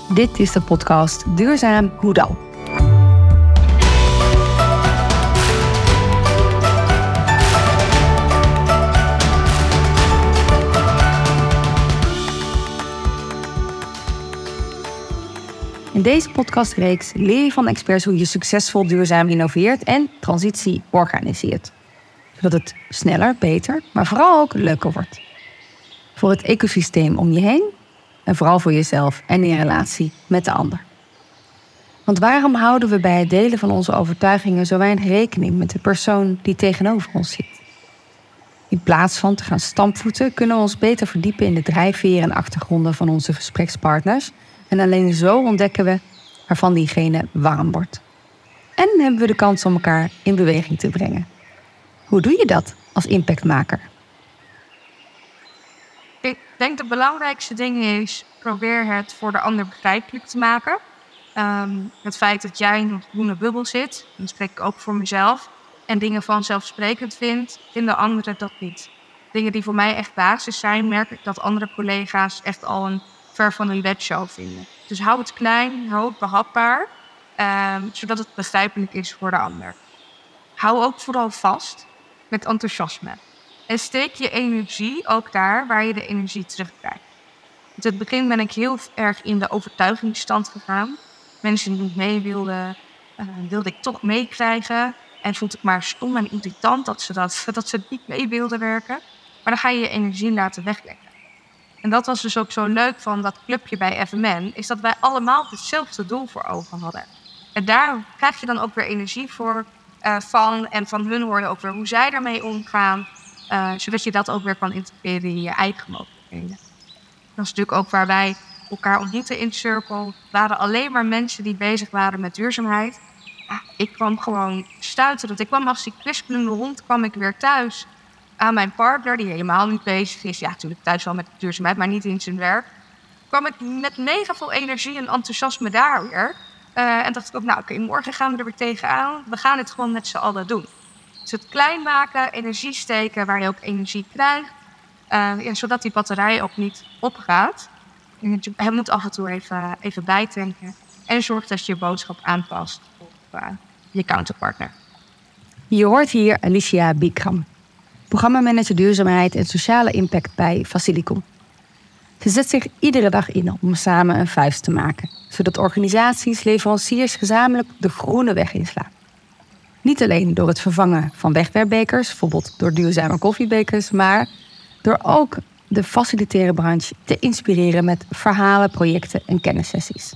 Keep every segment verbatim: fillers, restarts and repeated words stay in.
Dit is de podcast Duurzaam Hoe dan? In deze podcastreeks leer je van experts hoe je succesvol duurzaam innoveert en transitie organiseert. Zodat het sneller, beter, maar vooral ook leuker wordt. Voor het ecosysteem om je heen en vooral voor jezelf en in relatie met de ander. Want waarom houden we bij het delen van onze overtuigingen zo weinig rekening met de persoon die tegenover ons zit? In plaats van te gaan stampvoeten kunnen we ons beter verdiepen in de drijfveren en achtergronden van onze gesprekspartners. En alleen zo ontdekken we waarvan diegene warm wordt. En hebben we de kans om elkaar in beweging te brengen. Hoe doe je dat als impactmaker? Ik denk de belangrijkste ding is, probeer het voor de ander begrijpelijk te maken. Um, het feit dat jij in een groene bubbel zit, dat spreek ik ook voor mezelf, en dingen vanzelfsprekend vindt, vinden anderen dat niet. Dingen die voor mij echt basis zijn, merk ik dat andere collega's echt al een ver van een bedshow vinden. Dus hou het klein, hou het behapbaar, um, zodat het begrijpelijk is voor de ander. Hou ook vooral vast met enthousiasme. En steek je energie ook daar waar je de energie terugkrijgt. In het begin ben ik heel erg in de overtuigingsstand gegaan. Mensen die niet mee wilden, uh, wilde ik toch meekrijgen. En vond ik maar stom en irritant dat ze, dat, dat ze niet mee wilden werken. Maar dan ga je je energie laten wegleggen. En dat was dus ook zo leuk van dat clubje bij F M N, is dat wij allemaal hetzelfde doel voor ogen hadden. En daar krijg je dan ook weer energie voor uh, van. En van hun hoorde ook weer hoe zij daarmee omgaan. Uh, zodat je dat ook weer kan integreren in je eigen mogelijkheden. Dat is natuurlijk ook waar wij elkaar ontmoeten in Circle. Waren alleen maar mensen die bezig waren met duurzaamheid. Ja, ik kwam gewoon stuiterend. Ik kwam als die kwispelende hond kwam ik weer thuis aan mijn partner, die helemaal niet bezig is. Ja, natuurlijk thuis wel met duurzaamheid, maar niet in zijn werk. Kwam ik met mega veel energie en enthousiasme daar weer. Uh, en dacht ik ook, nou oké, okay, morgen gaan we er weer tegenaan. We gaan het gewoon met z'n allen doen. Dus het klein maken, energie steken waar je ook energie krijgt. Uh, ja, zodat die batterij ook niet opgaat. En je moet af en toe even, even bijtanken. En zorg dat je je boodschap aanpast op uh, je counterpartner. Je hoort hier Alicia Bikram, programmamanager duurzaamheid en sociale impact bij Facilicom. Ze zet zich iedere dag in om samen een vuist te maken, zodat organisaties, leveranciers gezamenlijk de groene weg inslaan. Niet alleen door het vervangen van wegwerpbekers, bijvoorbeeld door duurzame koffiebekers, maar door ook de facilitaire branche te inspireren met verhalen, projecten en kennissessies.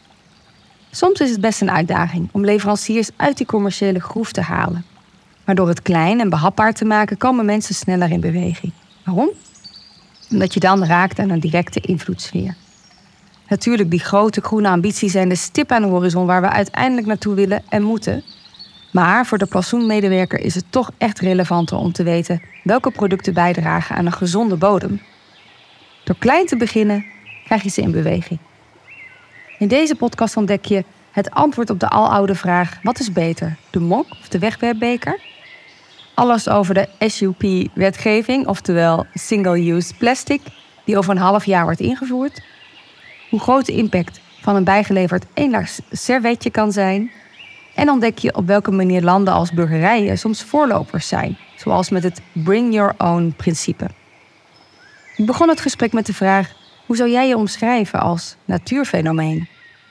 Soms is het best een uitdaging om leveranciers uit die commerciële groef te halen. Maar door het klein en behapbaar te maken komen mensen sneller in beweging. Waarom? Omdat je dan raakt aan een directe invloedssfeer. Natuurlijk, die grote groene ambities zijn de stip aan de horizon waar we uiteindelijk naartoe willen en moeten. Maar voor de plantsoenmedewerker is het toch echt relevanter om te weten welke producten bijdragen aan een gezonde bodem. Door klein te beginnen, krijg je ze in beweging. In deze podcast ontdek je het antwoord op de aloude vraag: wat is beter, de mok of de wegwerpbeker? Alles over de S U P-wetgeving, oftewel Single-Use Plastic, die over een half jaar wordt ingevoerd. Hoe groot de impact van een bijgeleverd eenlaags servetje kan zijn. En ontdek je op welke manier landen als burgerijen soms voorlopers zijn, zoals met het Bring Your Own-principe. Ik begon het gesprek met de vraag: hoe zou jij je omschrijven als natuurfenomeen?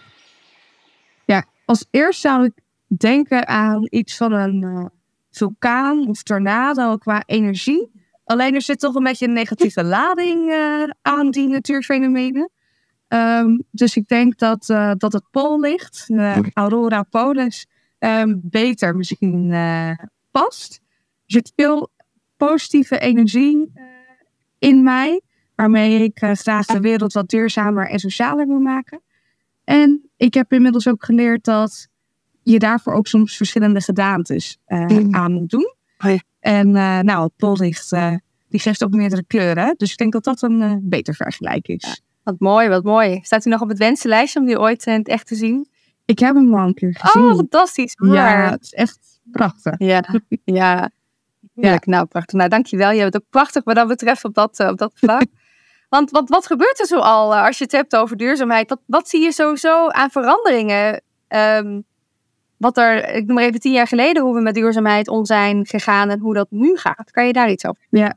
Ja, als eerst zou ik denken aan iets van een uh, vulkaan of tornado qua energie. Alleen er zit toch een beetje een negatieve lading uh, aan die natuurfenomenen. Um, dus ik denk dat, uh, dat het poollicht, uh, Aurora Borealis, um, beter misschien uh, past. Er zit veel positieve energie uh, in mij, waarmee ik uh, graag de wereld wat duurzamer en socialer wil maken. En ik heb inmiddels ook geleerd dat je daarvoor ook soms verschillende gedaantes uh, mm. aan moet doen. Oh ja. En uh, nou, het poollicht uh, die geeft ook meerdere kleuren. Dus ik denk dat dat een uh, beter vergelijk is. Ja. Wat mooi, wat mooi. Staat u nog op het wensenlijstje om die ooit in het echt te zien? Ik heb hem al een keer gezien. Oh, fantastisch. Ja, het is echt prachtig. Ja, ja. Ja, nou prachtig. Nou, dankjewel. Je bent ook prachtig wat dat betreft op dat, uh, op dat vlak. Want wat, wat gebeurt er zo al als je het hebt over duurzaamheid? Wat, wat zie je sowieso aan veranderingen? Um, wat er, ik noem maar even tien jaar geleden, hoe we met duurzaamheid om zijn gegaan en hoe dat nu gaat. Kan je daar iets over? Ja.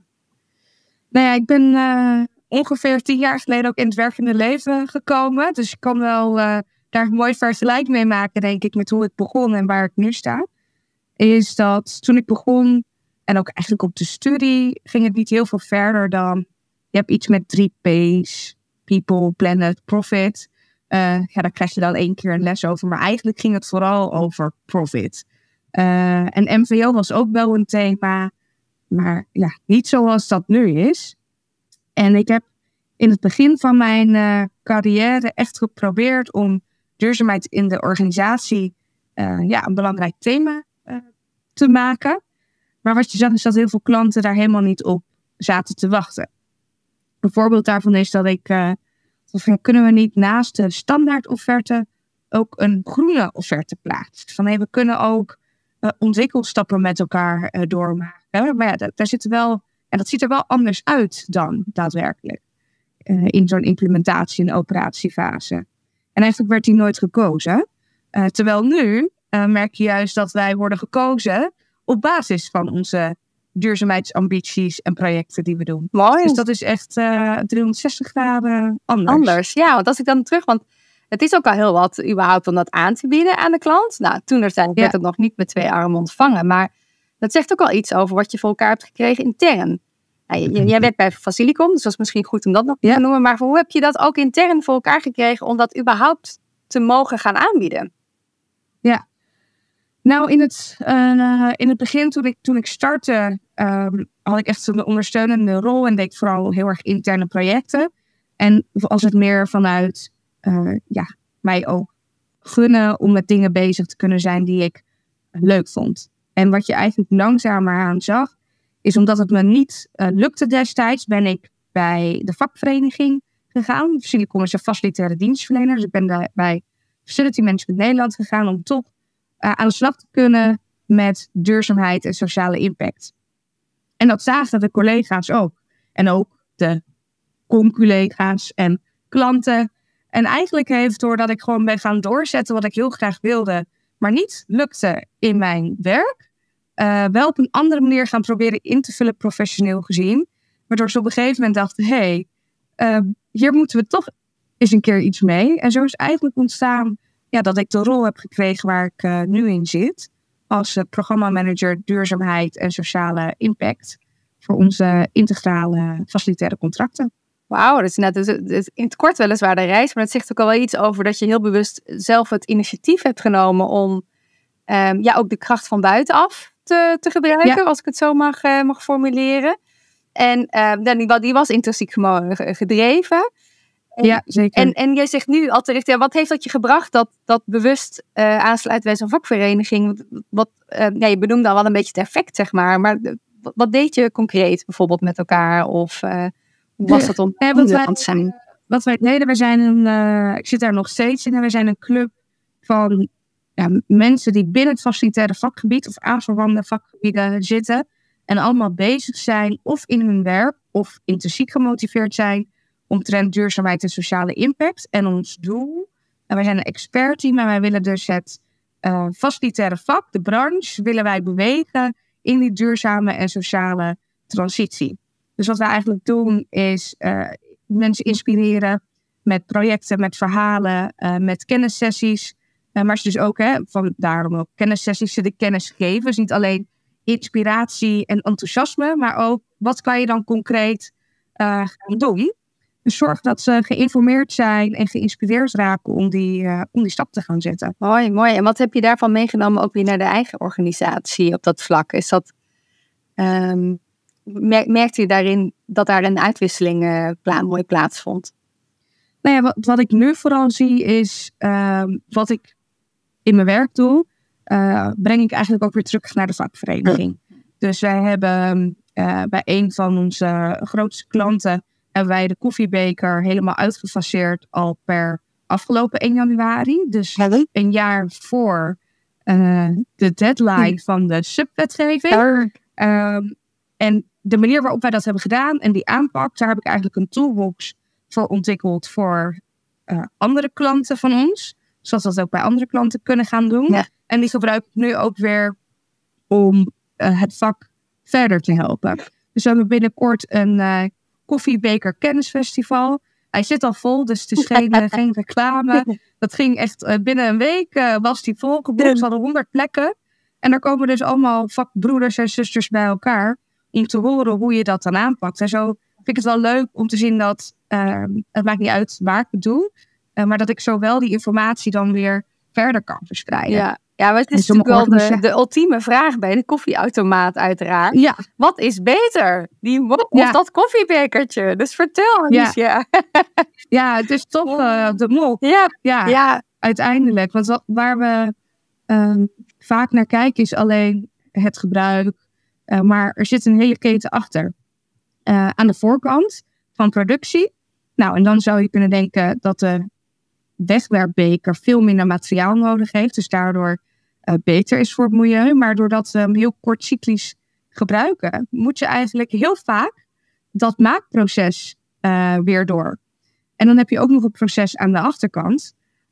Nou ja, ik ben uh, ongeveer tien jaar geleden ook in het werkende leven gekomen. Dus ik kan wel uh, daar een mooi vergelijk mee maken, denk ik, met hoe ik begon en waar ik nu sta. Is dat toen ik begon, en ook eigenlijk op de studie, ging het niet heel veel verder dan... Je hebt iets met drie P's. People, Planet, Profit. Uh, ja, daar krijg je dan één keer een les over. Maar eigenlijk ging het vooral over profit. Uh, en M V O was ook wel een thema. Maar ja, niet zoals dat nu is. En ik heb in het begin van mijn uh, carrière echt geprobeerd om duurzaamheid in de organisatie uh, ja, een belangrijk thema uh, te maken. Maar wat je zag is dat heel veel klanten daar helemaal niet op zaten te wachten. Een voorbeeld daarvan is dat ik... Uh, kunnen we niet naast de standaard offerte ook een groene offerte plaatsen? Van hey, we kunnen ook uh, ontwikkelstappen met elkaar uh, doormaken. Maar ja, dat, daar zit wel, en dat ziet er wel anders uit dan daadwerkelijk. Uh, in zo'n implementatie- en operatiefase. En eigenlijk werd die nooit gekozen. Uh, terwijl nu uh, merk je juist dat wij worden gekozen op basis van onze duurzaamheidsambities en projecten die we doen. Mooi. Dus dat is echt uh, driehonderdzestig graden anders. Anders, ja. Want als ik dan terug... Want het is ook al heel wat überhaupt om dat aan te bieden aan de klant. Nou, toen er zijn, werd ja. het nog niet met twee armen ontvangen. Maar dat zegt ook al iets over wat je voor elkaar hebt gekregen intern. Nou, j- jij werkt bij Facilicom, dus dat is misschien goed om dat nog ja. te noemen. Maar hoe heb je dat ook intern voor elkaar gekregen om dat überhaupt te mogen gaan aanbieden? Ja. Nou, in het, uh, in het begin, toen ik, toen ik startte, um, had ik echt een ondersteunende rol en deed ik vooral heel erg interne projecten. En als het meer vanuit uh, ja, mij ook gunnen om met dingen bezig te kunnen zijn die ik leuk vond. En wat je eigenlijk langzamer aan zag, is omdat het me niet uh, lukte destijds, ben ik bij de vakvereniging gegaan. Facilicom is een facilitaire dienstverlener, dus ik ben daar bij Facility Management Nederland gegaan om toch Uh, aan de slag te kunnen met duurzaamheid en sociale impact. En dat zagen de collega's ook. En ook de conculega's en klanten. En eigenlijk heeft, doordat ik gewoon ben gaan doorzetten wat ik heel graag wilde, maar niet lukte in mijn werk, uh, wel op een andere manier gaan proberen in te vullen professioneel gezien. Waardoor ze op een gegeven moment dachten, hé, hey, uh, hier moeten we toch eens een keer iets mee. En zo is eigenlijk ontstaan ja, dat ik de rol heb gekregen waar ik uh, nu in zit. Als uh, programmamanager duurzaamheid en sociale impact. Voor onze integrale facilitaire contracten. Wauw, dat is net dus, dus in het kort weliswaar de reis. Maar het zegt ook al wel iets over dat je heel bewust zelf het initiatief hebt genomen. Om um, ja, ook de kracht van buitenaf te, te gebruiken. Ja. Als ik het zo mag, uh, mag formuleren. En uh, die, die was intrinsiek gedreven. En, ja, zeker. En, en jij zegt nu al terecht, ja, wat heeft dat je gebracht dat, dat bewust uh, aansluiten bij zo'n vakvereniging? Wat, uh, ja, je benoemde al wel een beetje het effect, zeg maar. Maar wat, wat deed je concreet bijvoorbeeld met elkaar? Of uh, hoe was dat om ja, wat wij, te zijn? Wat wij deden, wij zijn een, uh, ik zit daar nog steeds in, en wij zijn een club van ja, mensen die binnen het facilitaire vakgebied of aanverwante vakgebieden zitten. En allemaal bezig zijn of in hun werk of intrinsiek gemotiveerd zijn omtrent duurzaamheid en sociale impact. En ons doel, en wij zijn een expertteam en wij willen dus het uh, facilitaire vak, de branche, willen wij bewegen in die duurzame en sociale transitie. Dus wat wij eigenlijk doen is uh, mensen inspireren met projecten, met verhalen, uh, met kennissessies. Uh, maar ze dus ook, hè, van, daarom ook kennissessies, ze de kennis geven. Dus niet alleen inspiratie en enthousiasme, maar ook wat kan je dan concreet uh, gaan doen. Dus zorg dat ze geïnformeerd zijn en geïnspireerd raken om die, uh, om die stap te gaan zetten. Mooi, mooi. En wat heb je daarvan meegenomen ook weer naar de eigen organisatie op dat vlak? Is dat, um, mer- merkt u daarin dat daar een uitwisseling uh, pla- mooi plaatsvond? Nou ja, wat, wat ik nu vooral zie is um, wat ik in mijn werk doe, uh, breng ik eigenlijk ook weer terug naar de vakvereniging. Ja. Dus wij hebben uh, bij een van onze grootste klanten hebben wij de koffiebeker helemaal uitgefaseerd al per afgelopen één januari. Dus een jaar voor uh, de deadline van de subwetgeving. Um, en de manier waarop wij dat hebben gedaan en die aanpak, daar heb ik eigenlijk een toolbox voor ontwikkeld voor uh, andere klanten van ons. Zodat we dat ook bij andere klanten kunnen gaan doen. Ja. En die gebruik ik nu ook weer om uh, het vak verder te helpen. Dus we hebben binnenkort een uh, koffiebeker kennisfestival. Hij zit al vol, dus het is geen, uh, geen reclame. Dat ging echt uh, binnen een week uh, was die vol geboekt. We hadden honderd plekken. En daar komen dus allemaal vakbroeders en zusters bij elkaar om te horen hoe je dat dan aanpakt. En zo vind ik het wel leuk om te zien dat, uh, het maakt niet uit waar ik het doe, uh, maar dat ik zo wel die informatie dan weer verder kan verspreiden. Ja, ja maar het is natuurlijk wel de, de ultieme vraag bij de koffieautomaat uiteraard. Ja. Wat is beter? Die mok Ja. of dat koffiebekertje? Dus vertel, Alicia. Ja, ja het is toch uh, de mok. Ja. Ja, Ja. uiteindelijk. Want wat, waar we um, vaak naar kijken is alleen het gebruik. Uh, maar er zit een hele keten achter. Uh, aan de voorkant van productie. Nou, en dan zou je kunnen denken dat de wegwerpbeker veel minder materiaal nodig heeft. Dus daardoor uh, beter is voor het milieu. Maar doordat we hem heel kort cyclisch gebruiken, moet je eigenlijk heel vaak dat maakproces uh, weer door. En dan heb je ook nog een proces aan de achterkant.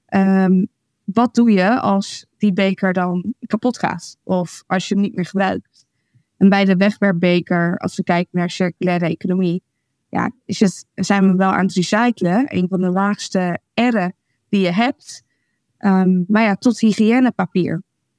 Um, wat doe je als die beker dan kapot gaat? Of als je hem niet meer gebruikt? En bij de wegwerpbeker, als we kijken naar circulaire economie, ja, is het, zijn we wel aan het recyclen. Een van de laagste R'en die je hebt. Um, maar ja, tot hygiënepapier.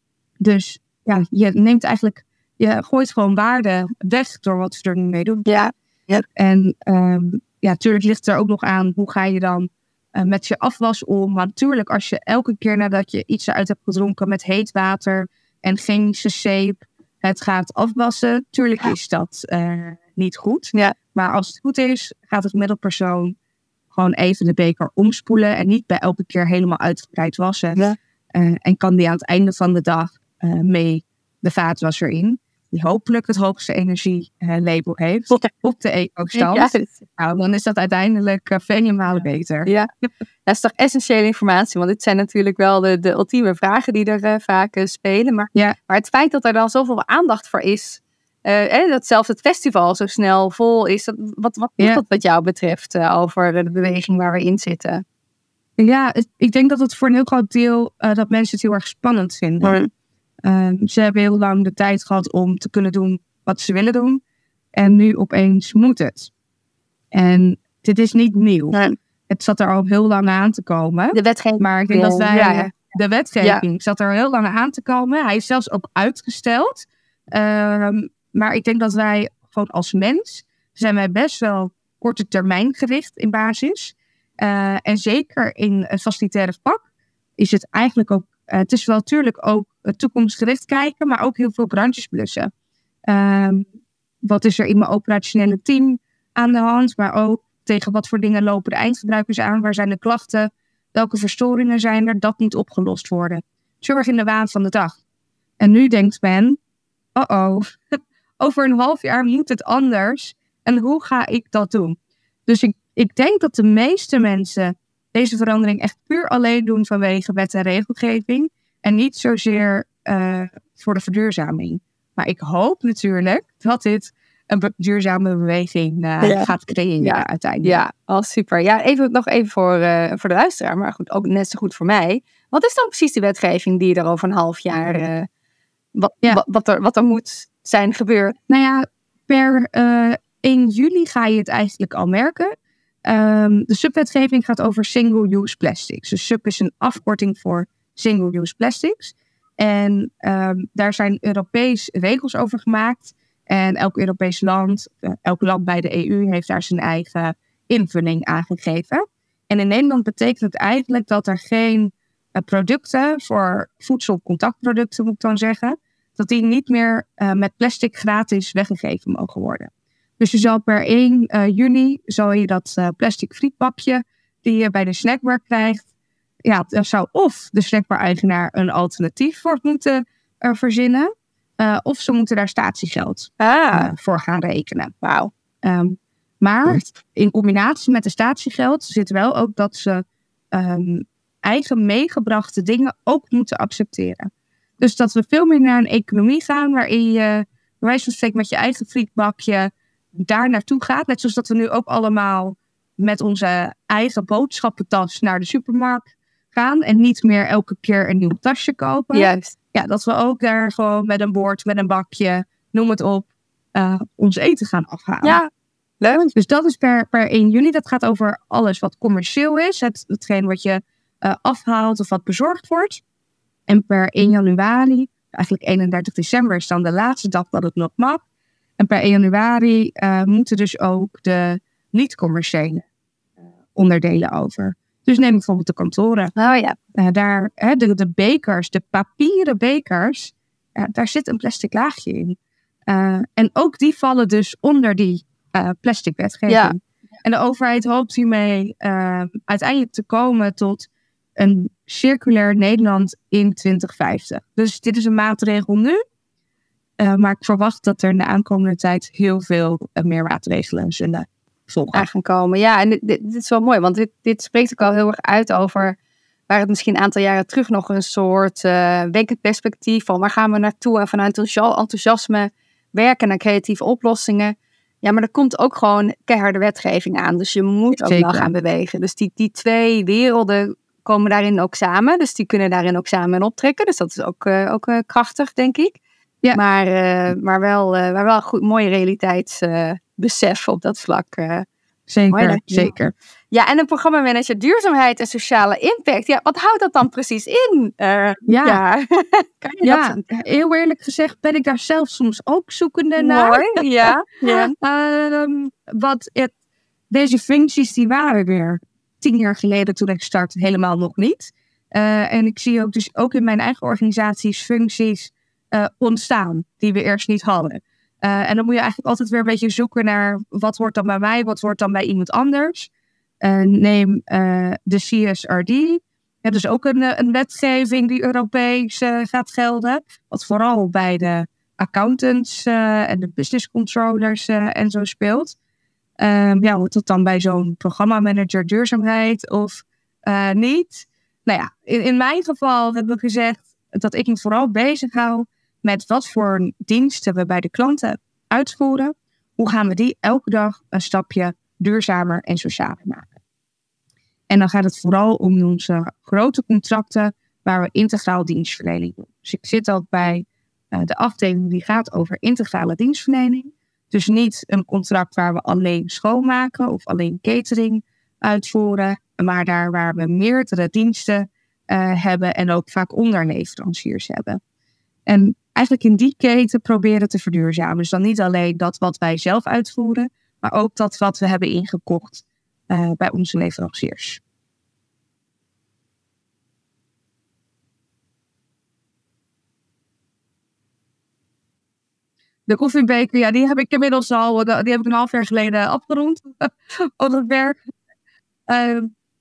Dus ja, je neemt eigenlijk, je gooit gewoon waarde weg door wat we er nu mee doen. Ja. Ja. En um, ja, natuurlijk ligt er ook nog aan, hoe ga je dan uh, met je afwas om? Maar natuurlijk, als je elke keer nadat je iets eruit hebt gedronken met heet water en chemische zeep het gaat afwassen, tuurlijk is dat uh, niet goed. Ja. Maar als het goed is, gaat het middelpersoon gewoon even de beker omspoelen en niet bij elke keer helemaal uitgebreid wassen. Ja. Uh, en kan die aan het einde van de dag uh, mee de vaatwasser in, die hopelijk het hoogste energielabel uh, heeft, ja. op de eco-stand. Ja, dus... nou, dan is dat uiteindelijk uh, vele malen beter. Ja, dat is toch essentiële informatie, want dit zijn natuurlijk wel de, de ultieme vragen die er uh, vaak uh, spelen. Maar, ja. maar het feit dat er dan zoveel aandacht voor is, uh, en dat zelfs het festival zo snel vol is, dat, wat, wat doet ja. dat wat jou betreft uh, over de beweging waar we in zitten? Ja, het, ik denk dat het voor een heel groot deel uh, dat mensen het heel erg spannend vinden. Mm. Uh, ze hebben heel lang de tijd gehad om te kunnen doen wat ze willen doen. En nu opeens moet het. En dit is niet nieuw. Nee. Het zat er al heel lang aan te komen. De wetgeving. Maar ik denk dat wij... Ja, ja. De wetgeving ja. zat er heel lang aan te komen. Hij is zelfs ook uitgesteld. Uh, maar ik denk dat wij gewoon als mens... zijn wij best wel korte termijn gericht in basis. Uh, en zeker in het facilitaire vak is het eigenlijk ook... Uh, het is wel natuurlijk ook toekomstgericht kijken, maar ook heel veel brandjes blussen. Um, wat is er in mijn operationele team aan de hand? Maar ook tegen wat voor dingen lopen de eindgebruikers aan? Waar zijn de klachten? Welke verstoringen zijn er? Dat moet opgelost worden. Zorg in de waan van de dag. En nu denkt men, oh-oh, over een half jaar moet het anders. En hoe ga ik dat doen? Dus ik, ik denk dat de meeste mensen deze verandering echt puur alleen doen vanwege wet en regelgeving. En niet zozeer uh, voor de verduurzaming. Maar ik hoop natuurlijk dat dit een duurzame beweging uh, ja. gaat creëren ja. uiteindelijk. Ja, oh, super. Ja, even, nog even voor, uh, voor de luisteraar, maar goed, ook net zo goed voor mij. Wat is dan precies de wetgeving die er over een half jaar, uh, wat, ja. wat, wat, er, wat er moet zijn gebeurd? Nou ja, per uh, één juli ga je het eigenlijk al merken. Um, de subwetgeving gaat over single-use plastics. Dus sub is een afkorting voor single-use plastics. En um, daar zijn Europees regels over gemaakt. En elk Europees land, uh, elk land bij de E U heeft daar zijn eigen invulling aangegeven. En in Nederland betekent het eigenlijk dat er geen uh, producten voor voedselcontactproducten, moet ik dan zeggen, dat die niet meer uh, met plastic gratis weggegeven mogen worden. Dus je zal per één juni zal je dat uh, plastic frietpapje die je bij de snackbar krijgt. Ja, daar zou of de snackbar-eigenaar een alternatief voor moeten uh, verzinnen. Uh, of ze moeten daar statiegeld ah. uh, voor gaan rekenen. Wauw. Um, maar in combinatie met de statiegeld zit wel ook dat ze um, eigen meegebrachte dingen ook moeten accepteren. Dus dat we veel meer naar een economie gaan waarin je bij wijze van spreken met je eigen frietbakje daar naartoe gaat. Net zoals dat we nu ook allemaal met onze eigen boodschappentas naar de supermarkt gaan. En niet meer elke keer een nieuw tasje kopen. Juist. Ja, dat we ook daar gewoon met een bord, met een bakje, noem het op, uh, ons eten gaan afhalen. Ja, leuk. Dus dat is per, per één juli. Dat gaat over alles wat commercieel is. Het, hetgeen wat je uh, afhaalt of wat bezorgd wordt. En per één januari, eigenlijk eenendertig december is dan de laatste dag dat het nog mag. En per één januari uh, moeten dus ook de niet-commerciële uh, onderdelen over. Dus neem bijvoorbeeld de kantoren. Oh ja. Uh, daar, hè, de, de bekers, de papieren bekers, uh, daar zit een plastic laagje in. Uh, en ook die vallen dus onder die uh, plastic wetgeving. Ja. En de overheid hoopt hiermee uh, uiteindelijk te komen tot een circulair Nederland in twintig vijftig. Dus dit is een maatregel nu. Uh, maar ik verwacht dat er in de aankomende tijd heel veel uh, meer maatregelen zullen volgen. Gaan komen. Ja, en dit, dit, dit is wel mooi, want dit, dit spreekt ook al heel erg uit over waar het misschien een aantal jaren terug nog een soort uh, wekenperspectief van waar gaan we naartoe en vanuit enthousiasme werken naar creatieve oplossingen. Ja, maar er komt ook gewoon keiharde wetgeving aan. Dus je moet ook Zeker. wel gaan bewegen. Dus die, die twee werelden komen daarin ook samen. Dus die kunnen daarin ook samen optrekken. Dus dat is ook, uh, ook uh, krachtig, denk ik. Ja. Maar, uh, maar wel, uh, maar wel een goed, mooie realiteitsbesef uh, op dat vlak. Uh. Zeker, Mooi, zeker. Ja, en een programmamanager duurzaamheid en sociale impact. Ja, wat houdt dat dan precies in? Uh, Ja. ja. Kan je Ja, dat? heel eerlijk gezegd ben ik daar zelf soms ook zoekende naar. Mooi, ja. ja. Um, wat het, deze functies die waren weer tien jaar geleden toen ik startte helemaal nog niet. Uh, en ik zie ook dus ook in mijn eigen organisaties functies uh, ontstaan die we eerst niet hadden. Uh, en dan moet je eigenlijk altijd weer een beetje zoeken naar wat wordt dan bij mij, wat wordt dan bij iemand anders. Uh, neem uh, de C S R D. Ja, dus ook een, een wetgeving die Europees uh, gaat gelden. Wat vooral bij de accountants uh, en de business controllers uh, en zo speelt. Uh, ja, wordt dat dan bij zo'n programmamanager duurzaamheid of uh, niet? Nou ja, in, in mijn geval hebben we gezegd dat ik me vooral bezig hou met wat voor diensten we bij de klanten uitvoeren. Hoe gaan we die elke dag een stapje duurzamer en socialer maken? En dan gaat het vooral om onze grote contracten waar we integraal dienstverlening doen. Dus ik zit ook bij uh, de afdeling die gaat over integrale dienstverlening. Dus niet een contract waar we alleen schoonmaken of alleen catering uitvoeren, maar daar waar we meerdere diensten uh, hebben en ook vaak onderleveranciers hebben. En eigenlijk in die keten proberen te verduurzamen. Dus dan niet alleen dat wat wij zelf uitvoeren, maar ook dat wat we hebben ingekocht uh, bij onze leveranciers. De koffiebeker, ja, die heb ik inmiddels al, die heb ik een half jaar geleden afgerond op het werk. Uh,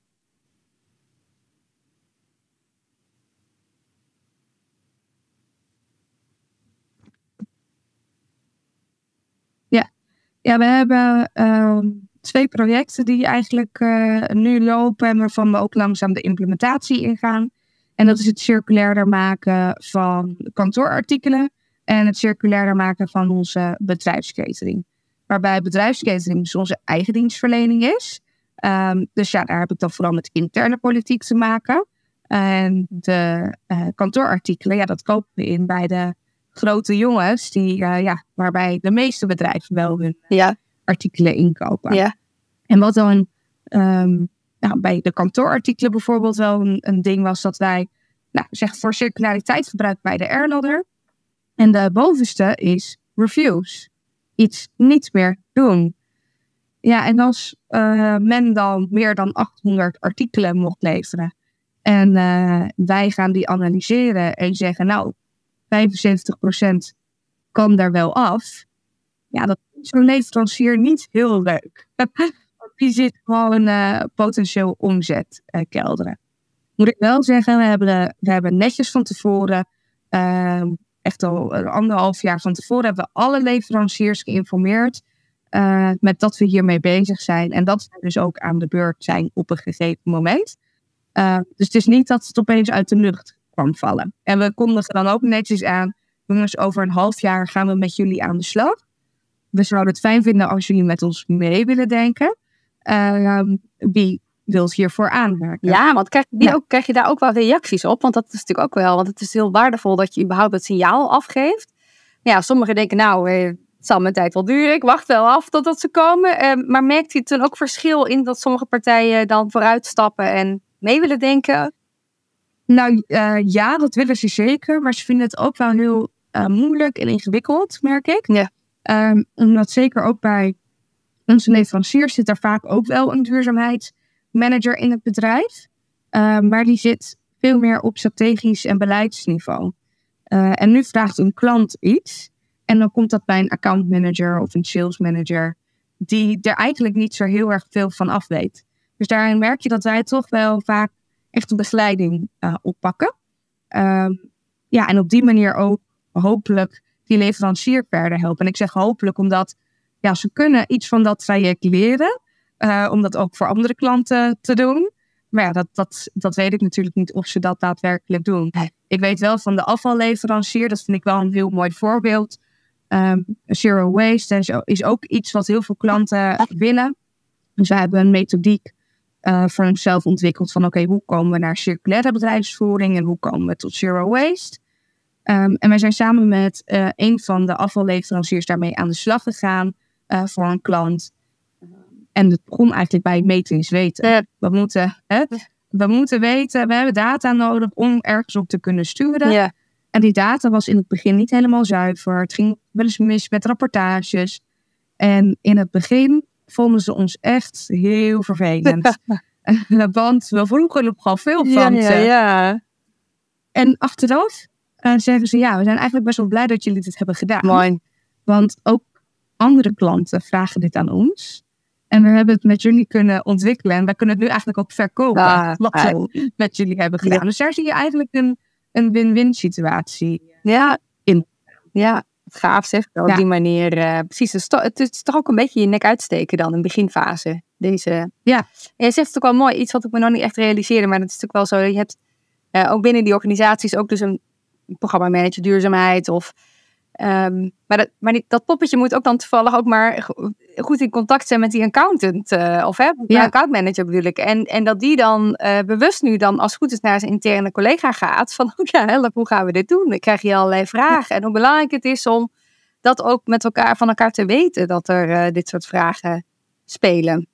ja. ja, we hebben uh, twee projecten die eigenlijk uh, nu lopen en waarvan we ook langzaam de implementatie ingaan. En dat is het circulairder maken van kantoorartikelen en het circulairder maken van onze bedrijfskatering. Waarbij bedrijfskatering dus onze eigen dienstverlening is. Um, dus ja, daar heb ik dan vooral met interne politiek te maken. En de uh, kantoorartikelen, ja, dat kopen we in bij de grote jongens, die, uh, ja, waarbij de meeste bedrijven wel hun ja. artikelen inkopen. Ja. En wat dan um, nou, bij de kantoorartikelen bijvoorbeeld wel een, een ding was, dat wij, nou, zeg voor circulariteit gebruiken wij de R-ladder. En de bovenste is reviews. Iets niet meer doen. Ja, en als uh, men dan meer dan achthonderd artikelen mocht leveren en uh, wij gaan die analyseren en zeggen, nou, vijfenzeventig procent kan daar wel af. Ja, dat is zo'n leverancier niet heel leuk. Die zit gewoon uh, potentieel omzet uh, kelderen. Moet ik wel zeggen, we hebben, we hebben netjes van tevoren, uh, echt al een anderhalf jaar van tevoren, hebben we alle leveranciers geïnformeerd uh, met dat we hiermee bezig zijn. En dat we dus ook aan de beurt zijn op een gegeven moment. Uh, dus het is niet dat het opeens uit de lucht kwam vallen. En we kondigen dan ook netjes aan, jongens, over een half jaar gaan we met jullie aan de slag. we zouden het fijn vinden als jullie met ons mee willen denken. Uh, wie wil hiervoor aanwerken? Ja, want krijg je, die ja. ook, krijg je daar ook wel reacties op? Want dat is natuurlijk ook wel, want het is heel waardevol dat je überhaupt het signaal afgeeft. Ja, sommigen denken, nou, eh, het zal mijn tijd wel duren. Ik wacht wel af totdat ze komen. Uh, maar merkt u toen ook verschil in dat sommige partijen dan vooruitstappen en mee willen denken? Nou uh, ja, dat willen ze zeker. Maar ze vinden het ook wel heel uh, moeilijk en ingewikkeld, merk ik. Ja. Um, omdat zeker ook bij onze leveranciers zit er vaak ook wel een duurzaamheidsmanager in het bedrijf. Uh, maar die zit veel meer op strategisch en beleidsniveau. Uh, en nu vraagt een klant iets. En dan komt dat bij een accountmanager of een salesmanager. Die er eigenlijk niet zo heel erg veel van af weet. Dus daarin merk je dat wij toch wel vaak echt een begeleiding uh, oppakken. Um, ja, en op die manier ook hopelijk die leverancier verder helpen. En ik zeg hopelijk omdat ja, ze kunnen iets van dat traject leren. Uh, om dat ook voor andere klanten te doen. Maar ja, dat, dat, dat weet ik natuurlijk niet of ze dat daadwerkelijk doen. Ik weet wel van de afvalleverancier, dat vind ik wel een heel mooi voorbeeld. Um, Zero waste is ook iets wat heel veel klanten willen. Dus wij hebben een methodiek uh, voor onszelf ontwikkeld van oké, okay, hoe komen we naar circulaire bedrijfsvoering en hoe komen we tot zero waste? Um, en wij zijn samen met uh, een van de afvalleveranciers daarmee aan de slag gegaan uh, voor een klant. En het begon eigenlijk bij meten is weten. Ja. We moeten, hè, we moeten weten, we hebben data nodig om ergens op te kunnen sturen. Ja. En die data was in het begin niet helemaal zuiver. Het ging wel eens mis met rapportages. En in het begin vonden ze ons echt heel vervelend. Want we vroegen nogal veel van ja, ze. Ja, ja. En achteraf uh, zeggen ze, ja, we zijn eigenlijk best wel blij dat jullie dit hebben gedaan. Mooi. Want ook andere klanten vragen dit aan ons. En we hebben het met jullie kunnen ontwikkelen. En wij kunnen het nu eigenlijk ook verkopen. Ah, wat we ah. met jullie hebben gedaan. Ja. Dus daar zie je eigenlijk een, een win-win situatie ja. in. Ja, gaaf zeg. Op ja. die manier. Uh, precies. Het is, to- het is toch ook een beetje je nek uitsteken dan in de beginfase. Deze. Ja. En je zegt het ook wel mooi. Iets wat ik me nog niet echt realiseerde. Maar dat is natuurlijk wel zo. Je hebt uh, ook binnen die organisaties ook dus een programmamanager duurzaamheid of... Um, maar dat, maar die, dat poppetje moet ook dan toevallig ook maar goed in contact zijn met die accountant. Uh, of hè, ja. accountmanager bedoel ik. En, en dat die dan uh, bewust nu dan als het goed is naar zijn interne collega gaat. Van oh ja, help, hoe gaan we dit doen? Ik krijg hier allerlei vragen. Ja. En hoe belangrijk het is om dat ook met elkaar van elkaar te weten. Dat er uh, dit soort vragen spelen.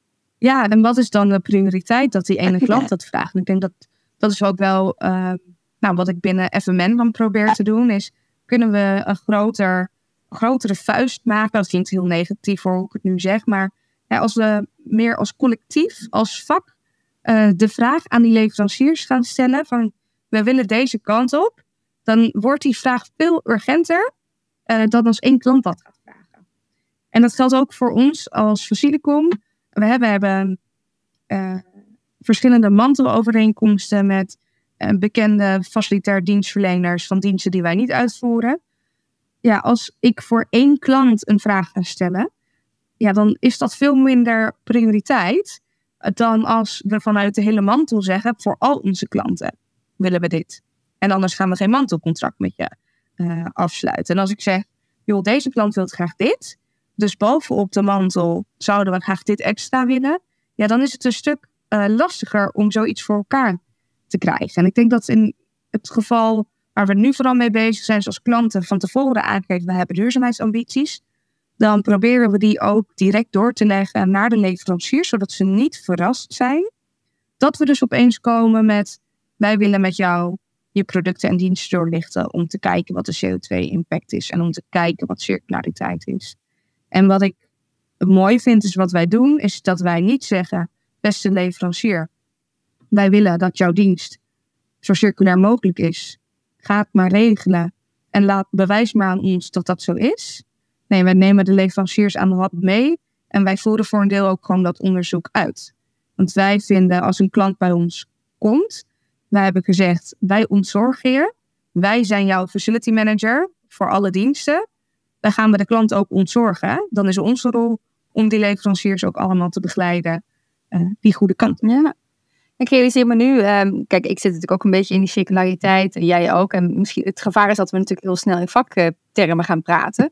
Ja, en wat is dan de prioriteit dat die ene klant dat vraagt? En ik denk dat dat is ook wel uh, nou, wat ik binnen F M N dan probeer te doen is... Kunnen we een groter, grotere vuist maken? Dat klinkt heel negatief voor hoe ik het nu zeg. Maar ja, als we meer als collectief, als vak, uh, de vraag aan die leveranciers gaan stellen van we willen deze kant op. Dan wordt die vraag veel urgenter uh, dan als één klant dat gaat vragen. En dat geldt ook voor ons als Facilicom. We hebben, hebben uh, verschillende mantelovereenkomsten met... bekende facilitair dienstverleners van diensten die wij niet uitvoeren. Ja, als ik voor één klant een vraag ga stellen, ja, dan is dat veel minder prioriteit dan als we vanuit de hele mantel zeggen, voor al onze klanten willen we dit. En anders gaan we geen mantelcontract met je uh, afsluiten. En als ik zeg, joh, deze klant wil graag dit, dus bovenop de mantel zouden we graag dit extra willen, ja, dan is het een stuk uh, lastiger om zoiets voor elkaar te krijgen. En ik denk dat in het geval waar we nu vooral mee bezig zijn, zoals klanten van tevoren aangeven, we hebben duurzaamheidsambities, dan proberen we die ook direct door te leggen naar de leveranciers, zodat ze niet verrast zijn dat we dus opeens komen met, wij willen met jou je producten en diensten doorlichten om te kijken wat de C O twee impact is en om te kijken wat circulariteit is. En wat ik mooi vind is wat wij doen, is dat wij niet zeggen, beste leverancier, wij willen dat jouw dienst zo circulair mogelijk is. Ga het maar regelen en laat bewijs maar aan ons dat dat zo is. Nee, wij nemen de leveranciers aan de hand mee en wij voeren voor een deel ook gewoon dat onderzoek uit. Want wij vinden als een klant bij ons komt, wij hebben gezegd, wij ontzorgen je. Wij zijn jouw facility manager voor alle diensten. Dan gaan we de klant ook ontzorgen. Dan is onze rol om die leveranciers ook allemaal te begeleiden uh, die goede kant. Ja. Ik realiseer me nu, um, kijk, ik zit natuurlijk ook een beetje in die circulariteit, en jij ook. En misschien het gevaar is dat we natuurlijk heel snel in vaktermen gaan praten.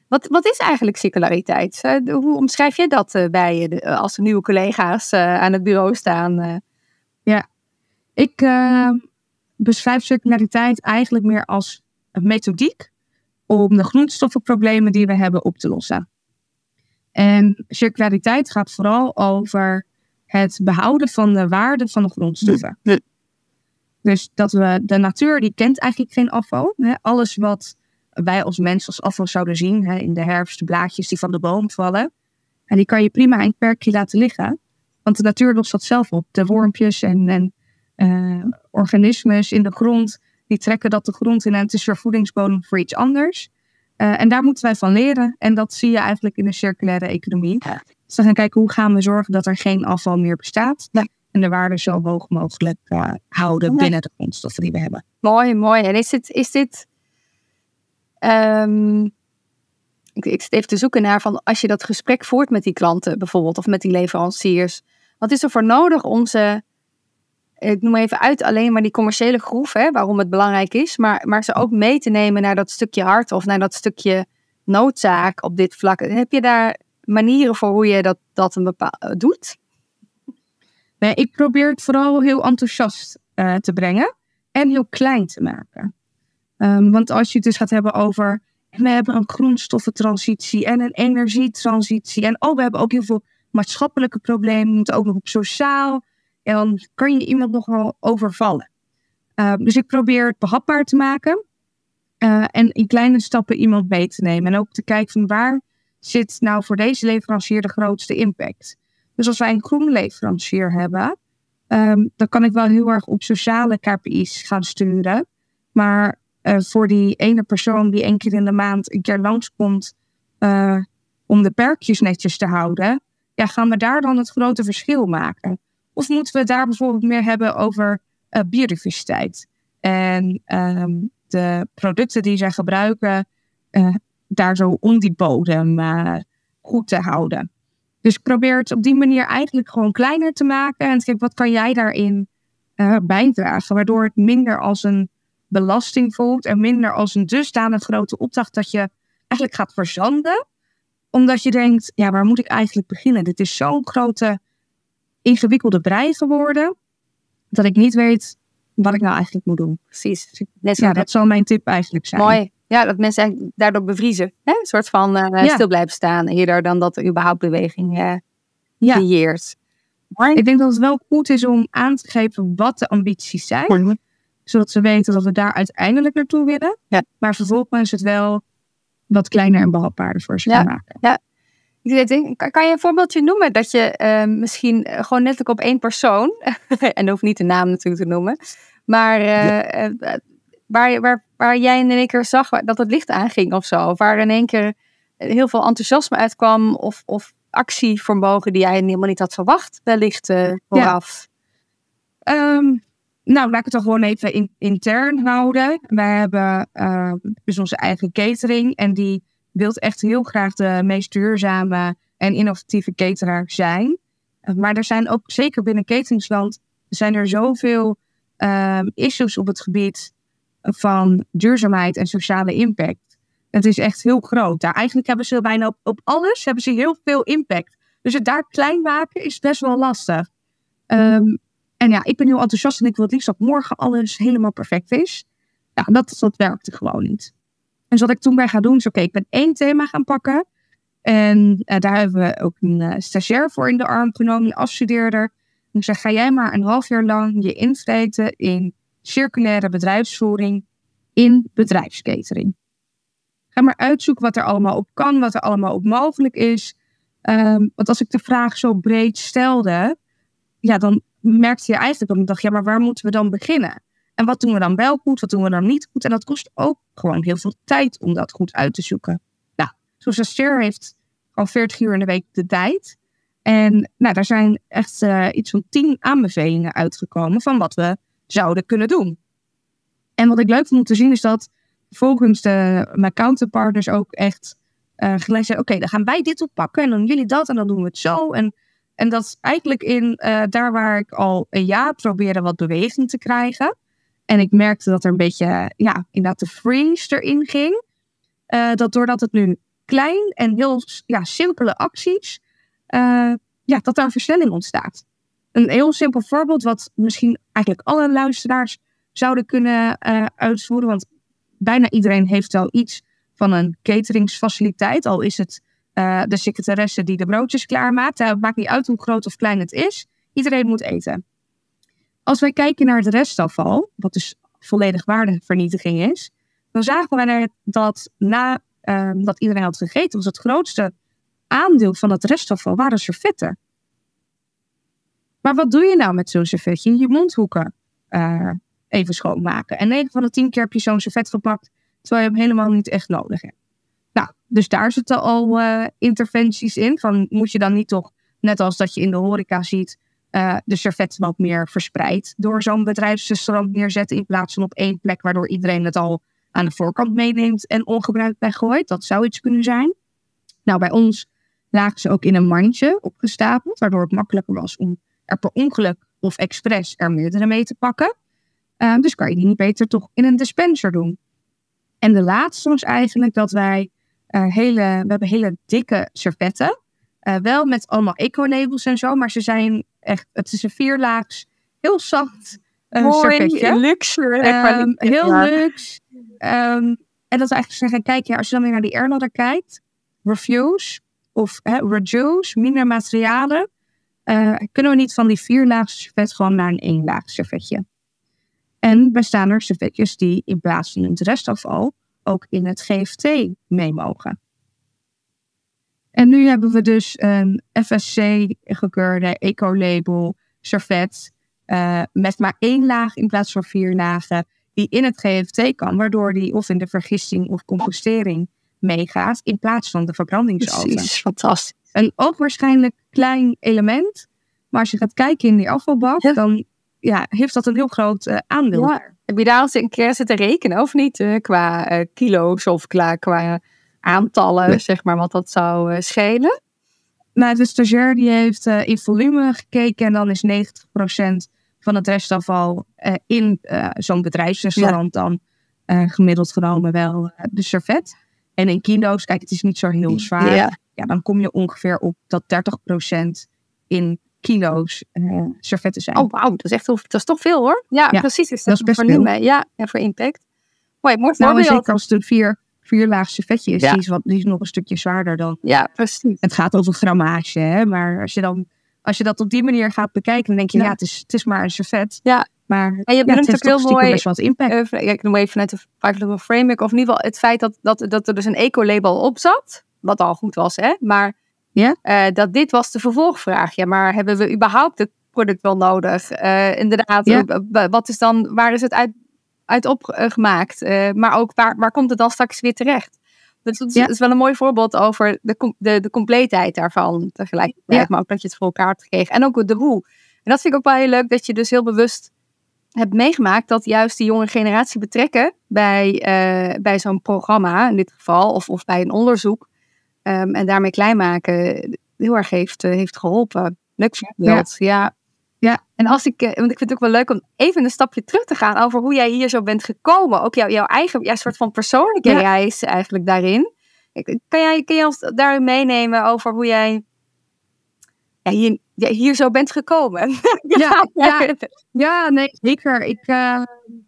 Wat, wat is eigenlijk circulariteit? Uh, hoe omschrijf je dat uh, bij je uh, als er nieuwe collega's uh, aan het bureau staan? Uh? Ja, ik uh, beschrijf circulariteit eigenlijk meer als een methodiek om de grondstoffenproblemen die we hebben op te lossen. En circulariteit gaat vooral over het behouden van de waarde van de grondstoffen. Nee. Dus dat we, de natuur die kent eigenlijk geen afval. Hè? Alles wat wij als mens als afval zouden zien, hè, in de herfst, de blaadjes die van de boom vallen. En die kan je prima in perkje laten liggen. Want de natuur lost dat zelf op. De wormpjes en, en uh, organismes in de grond, die trekken dat de grond in en het is weer voedingsbodem voor iets anders. Uh, en daar moeten wij van leren. En dat zie je eigenlijk in de circulaire economie. Ja. Dus dan gaan kijken hoe gaan we zorgen dat er geen afval meer bestaat. Ja. En de waarde zo hoog mogelijk uh, houden ja. binnen de grondstoffen die we hebben. Mooi, mooi. En is dit... Is dit um, ik, ik zit even te zoeken naar van als je dat gesprek voert met die klanten bijvoorbeeld. Of met die leveranciers. Wat is er voor nodig om ze... Ik noem even uit alleen maar die commerciële groef, hè, waarom het belangrijk is. Maar, maar ze ook mee te nemen naar dat stukje hart of naar dat stukje noodzaak op dit vlak. Heb je daar manieren voor hoe je dat, dat een bepaal, doet? Nee, ik probeer het vooral heel enthousiast uh, te brengen en heel klein te maken. Um, want als je het dus gaat hebben over... We hebben een grondstoffentransitie en een energietransitie. En oh, we hebben ook heel veel maatschappelijke problemen. We moeten ook nog op sociaal... En dan kan je iemand nog wel overvallen. Uh, dus ik probeer het behapbaar te maken. Uh, en in kleine stappen iemand mee te nemen. En ook te kijken van waar zit nou voor deze leverancier de grootste impact. Dus als wij een groen leverancier hebben. Um, dan kan ik wel heel erg op sociale K P I's gaan sturen. Maar uh, voor die ene persoon die één keer in de maand een keer langskomt. Uh, om de perkjes netjes te houden. Ja, gaan we daar dan het grote verschil maken? Of moeten we het daar bijvoorbeeld meer hebben over uh, biodiversiteit. En um, de producten die zij gebruiken, uh, daar zo om die bodem uh, goed te houden. Dus ik probeer het op die manier eigenlijk gewoon kleiner te maken. En te kijken, wat kan jij daarin uh, bijdragen? Waardoor het minder als een belasting voelt. En minder als een dusdanig grote opdracht dat je eigenlijk gaat verzanden. Omdat je denkt, ja, waar moet ik eigenlijk beginnen? Dit is zo'n grote... ingewikkelde brei geworden, dat ik niet weet wat ik nou eigenlijk moet doen. Precies. Net ja, dat zal mijn tip eigenlijk zijn. Mooi. Ja, dat mensen eigenlijk daardoor bevriezen. Hè? Een soort van uh, ja. stil blijven staan, eerder dan dat er überhaupt beweging uh, ja. creëert. Maar ik denk dat het wel goed is om aan te geven wat de ambities zijn. Mm-hmm. Zodat ze weten dat we daar uiteindelijk naartoe willen. Ja. Maar vervolgens het wel wat kleiner en behapbaarder voor ze ja. gaan maken. Ja. Kan je een voorbeeldje noemen dat je uh, misschien gewoon netelijk op één persoon, en dat hoeft niet de naam natuurlijk te noemen, maar uh, ja. uh, waar, waar, waar jij in één keer zag dat het licht aanging of zo, of waar in één keer heel veel enthousiasme uitkwam of, of actievermogen die jij helemaal niet had verwacht, wellicht uh, vooraf? Ja. Um, nou, laat ik het dan gewoon even in, intern houden. Wij hebben uh, dus onze eigen catering en die wilt echt heel graag de meest duurzame en innovatieve cateraar zijn. Maar er zijn ook, zeker binnen cateringsland, zijn er zoveel uh, issues op het gebied van duurzaamheid en sociale impact. Het is echt heel groot. Daar eigenlijk hebben ze bijna op, op alles hebben ze heel veel impact. Dus het daar klein maken is best wel lastig. Um, en ja, ik ben heel enthousiast en ik wil het liefst dat morgen alles helemaal perfect is. Ja, dat, dat werkte gewoon niet. En wat ik toen bij ga doen is, oké, okay, ik ben één thema gaan pakken. En uh, daar hebben we ook een uh, stagiair voor in de arm genomen, een afstudeerder. En ik zeg, ga jij maar een half jaar lang je invreten in circulaire bedrijfsvoering in bedrijfskatering. Ga maar uitzoeken wat er allemaal op kan, wat er allemaal op mogelijk is. Um, want als ik de vraag zo breed stelde, ja, dan merkte je eigenlijk dat ik dacht, ja, maar waar moeten we dan beginnen? En wat doen we dan wel goed, wat doen we dan niet goed? En dat kost ook gewoon heel veel tijd om dat goed uit te zoeken. Nou, zo'n stagiair heeft al veertig uur in de week de tijd. En nou, daar zijn echt uh, iets van tien aanbevelingen uitgekomen van wat we zouden kunnen doen. En wat ik leuk vond om te zien is dat volgens de, mijn counterpartners ook echt uh, gelijk zei, oké, okay, dan gaan wij dit oppakken en dan doen jullie dat en dan doen we het zo. En, en dat is eigenlijk in uh, daar waar ik al een jaar probeerde wat beweging te krijgen. En ik merkte dat er een beetje, ja, inderdaad de freeze erin ging. Uh, dat doordat het nu klein en heel ja, simpele acties, uh, ja, dat daar een versnelling ontstaat. Een heel simpel voorbeeld wat misschien eigenlijk alle luisteraars zouden kunnen uh, uitvoeren. Want bijna iedereen heeft wel iets van een cateringsfaciliteit. Al is het uh, de secretaresse die de broodjes klaarmaakt. Het maakt niet uit hoe groot of klein het is. Iedereen moet eten. Als wij kijken naar het restafval, wat dus volledig waardevernietiging is, dan zagen wij dat na uh, dat iedereen had gegeten, was het grootste aandeel van het restafval waren servetten. Maar wat doe je nou met zo'n servetje? Je mondhoeken uh, even schoonmaken. En negen van de tien keer heb je zo'n servet gepakt, terwijl je hem helemaal niet echt nodig hebt. Nou, dus daar zitten al uh, interventies in. Van, moet je dan niet toch, net als dat je in de horeca ziet, uh, de servetten wat meer verspreid door zo'n bedrijfsrestaurant neerzetten in plaats van op één plek, waardoor iedereen het al aan de voorkant meeneemt en ongebruikt weggooit. Dat zou iets kunnen zijn. Nou, bij ons lagen ze ook in een mandje opgestapeld, waardoor het makkelijker was om er per ongeluk of expres er meerdere mee te pakken. Uh, dus kan je die niet beter toch in een dispenser doen. En de laatste was eigenlijk dat wij uh, hele, we hebben hele dikke servetten. Uh, wel met allemaal eco-labels en zo, maar ze zijn echt, het is een vierlaags, heel zacht uh, Mooi, servetje. luxe. Um, heel ja. luxe. Um, en dat we eigenlijk zeggen, kijk, ja, als je dan weer naar die airladder kijkt, refuse of hè, reduce, minder materialen, uh, kunnen we niet van die vierlaagse servet gewoon naar een éénlaag servetje. En bestaan er servetjes die in plaats van het restafval ook in het G F T mee mogen. En nu hebben we dus een F S C-gekeurde eco-label servet uh, met maar één laag in plaats van vier lagen die in het G F T kan, waardoor die of in de vergisting of compostering meegaat in plaats van de verbrandingsoven. Precies, fantastisch. Een oogwaarschijnlijk klein element, maar als je gaat kijken in die afvalbak, ja. dan ja, heeft dat een heel groot uh, aandeel. Ja. Heb je daar eens een keer zitten rekenen of niet? Uh, qua uh, kilo's of qua, qua aantallen, nee. zeg maar, wat dat zou uh, schelen? Nou, de stagiair die heeft uh, in volume gekeken en dan is negentig procent van het restafval uh, in uh, zo'n bedrijfsrestaurant ja. dan uh, gemiddeld genomen wel uh, de servet. En in kilo's, kijk, het is niet zo heel zwaar. Ja. Ja, dan kom je ongeveer op dat dertig procent in kilo's uh, servetten zijn. Oh, wauw, dat is echt dat is toch veel hoor. Ja, ja precies. Dus dat, dat is best veel. Mee. Ja, en voor impact. Mooi, mooi nou, voorbeeld. Zeker als het een vier, vierlaag servetje is, ja. die, is wat, die is nog een stukje zwaarder dan. Ja, precies. Het gaat over grammage, hè? Maar als je dan als je dat op die manier gaat bekijken, dan denk je, ja, ja het, is, het is maar een servet. Ja. Maar en je ja, het heeft heel mooi, best wat impact. Uh, ja, ik noem even vanuit de Five Little Framework, of in ieder geval het feit dat, dat, dat er dus een eco-label op zat, wat al goed was, hè? Maar ja? uh, dat dit was de vervolgvraag. Ja, maar hebben we überhaupt het product wel nodig? Uh, inderdaad, ja. uh, wat is dan, waar is het uit, uit opgemaakt? Uh, maar ook, waar, waar komt het dan straks weer terecht? Dus dat is, ja. is wel een mooi voorbeeld over de, de, de compleetheid daarvan tegelijkertijd, ja. maar ook dat je het voor elkaar hebt gekregen. En ook de hoe. En dat vind ik ook wel heel leuk, dat je dus heel bewust hebt meegemaakt dat juist die jonge generatie betrekken bij, uh, bij zo'n programma, in dit geval, of, of bij een onderzoek, um, en daarmee klein maken, heel erg heeft, uh, heeft geholpen. Leuk voorbeeld, ja. ja. Ja, en als ik, uh, want ik vind het ook wel leuk om even een stapje terug te gaan over hoe jij hier zo bent gekomen. Ook jou, jouw eigen, jouw soort van persoonlijke ja. reis eigenlijk daarin. Kan jij, kan jij ons daarin meenemen over hoe jij ja, hier, ja, hier zo bent gekomen? ja, ja, ja, nee, zeker. Ik, uh,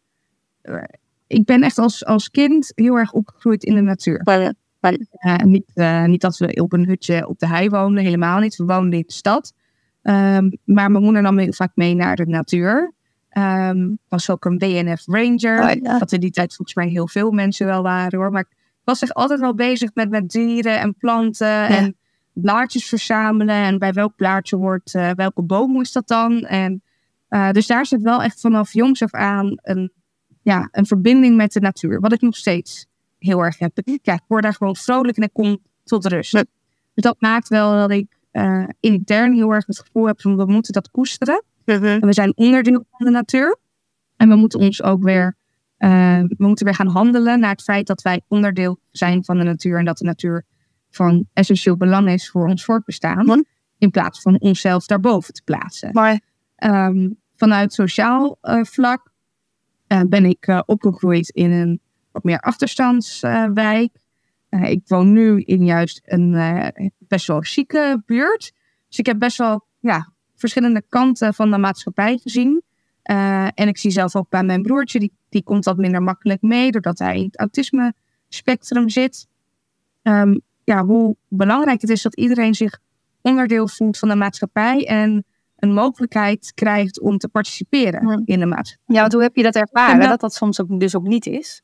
ik ben echt als, als kind heel erg opgegroeid in de natuur. Ja, ja. Uh, niet, uh, niet dat we op een hutje op de hei woonden, helemaal niet. We woonden in de stad. Um, maar mijn moeder nam me heel vaak mee naar de natuur. Um, was ook een B N F Ranger. Oh, ja. Dat in die tijd volgens mij heel veel mensen wel waren hoor. Maar ik was echt altijd wel bezig met, met dieren en planten. Ja. En blaadjes verzamelen. En bij welk blaadje hoort uh, welke boom is dat dan? En, uh, dus daar zit wel echt vanaf jongs af aan een, ja, een verbinding met de natuur. Wat ik nog steeds heel erg heb. Ik, ja, ik word daar gewoon vrolijk en ik kom tot rust. Ja. Dus dat maakt wel dat ik Uh, intern heel erg het gevoel heb van we moeten dat koesteren. Mm-hmm. En we zijn onderdeel van de natuur. En we moeten ons ook weer, uh, we moeten weer gaan handelen naar het feit dat wij onderdeel zijn van de natuur. En dat de natuur van essentieel belang is voor ons voortbestaan. Mm-hmm. In plaats van onszelf daarboven te plaatsen. Maar um, vanuit sociaal uh, vlak uh, ben ik uh, opgegroeid in een wat meer achterstandswijk. Uh, ik woon nu in juist een uh, best wel chique buurt. Dus ik heb best wel ja, verschillende kanten van de maatschappij gezien. Uh, en ik zie zelf ook bij mijn broertje, die, die komt wat minder makkelijk mee, doordat hij in het autisme spectrum zit. Um, ja, hoe belangrijk het is dat iedereen zich onderdeel voelt van de maatschappij en een mogelijkheid krijgt om te participeren ja. in de maatschappij. Ja, want hoe heb je dat ervaren, dat, dat dat soms ook, dus ook niet is?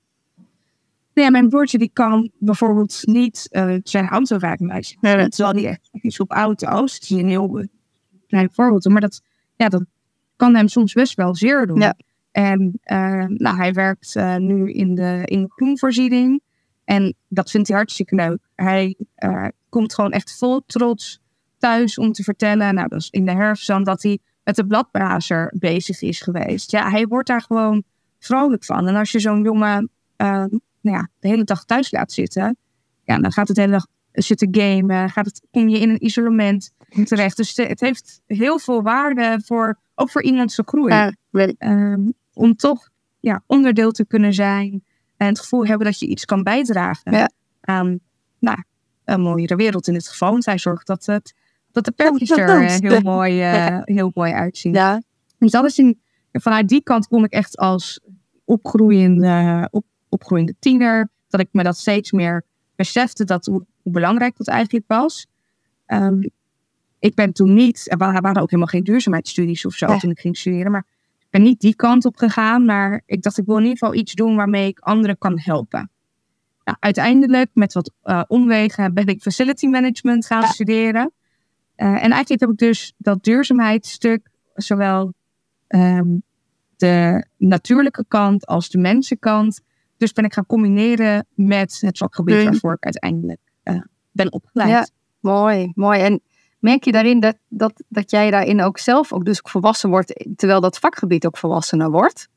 Ja, mijn broertje die kan bijvoorbeeld niet uh, zijn autorijbewijs. Ja, terwijl hij echt is op auto's. Het is een heel klein voorbeeld. Maar dat, ja, dat kan hem soms best wel zeer doen. Ja. En uh, nou, hij werkt uh, nu in de, in de groenvoorziening. En dat vindt hij hartstikke leuk. Hij uh, komt gewoon echt vol trots thuis om te vertellen. Nou, dat is in de herfst dan dat hij met de bladbrazer bezig is geweest. Ja, hij wordt daar gewoon vrolijk van. En als je zo'n jongen uh, nou ja, de hele dag thuis laat zitten, ja, dan gaat het de hele dag zitten gamen. Gaat het, kom je in een isolement terecht. Dus het heeft heel veel waarde voor, ook voor iemands groei. Ja, um, om toch ja, onderdeel te kunnen zijn. En het gevoel hebben dat je iets kan bijdragen ja. aan nou, een mooiere wereld in dit geval. Want hij zorgt dat, het, dat de perkjes er uh, heel, mooi, uh, ja. heel mooi uitzien. Ja. Dus dat is in, vanuit die kant kom ik echt als opgroeiende, op, opgroeiende tiener. Dat ik me dat steeds meer besefte dat hoe, hoe belangrijk dat eigenlijk was. Um, ik ben toen niet, er waren ook helemaal geen duurzaamheidsstudies of zo ja. toen ik ging studeren. Maar ik ben niet die kant op gegaan. Maar ik dacht, ik wil in ieder geval iets doen waarmee ik anderen kan helpen. Nou, uiteindelijk, met wat uh, omwegen, ben ik facility management gaan ja. studeren. Uh, en eigenlijk heb ik dus dat duurzaamheidsstuk, zowel um, de natuurlijke kant als de mensenkant. Dus ben ik gaan combineren met het vakgebied mm. waarvoor ik uiteindelijk uh, ben opgeleid. Ja, mooi, mooi. En merk je daarin dat, dat, dat jij daarin ook zelf ook dus ook volwassen wordt, terwijl dat vakgebied ook volwassener wordt?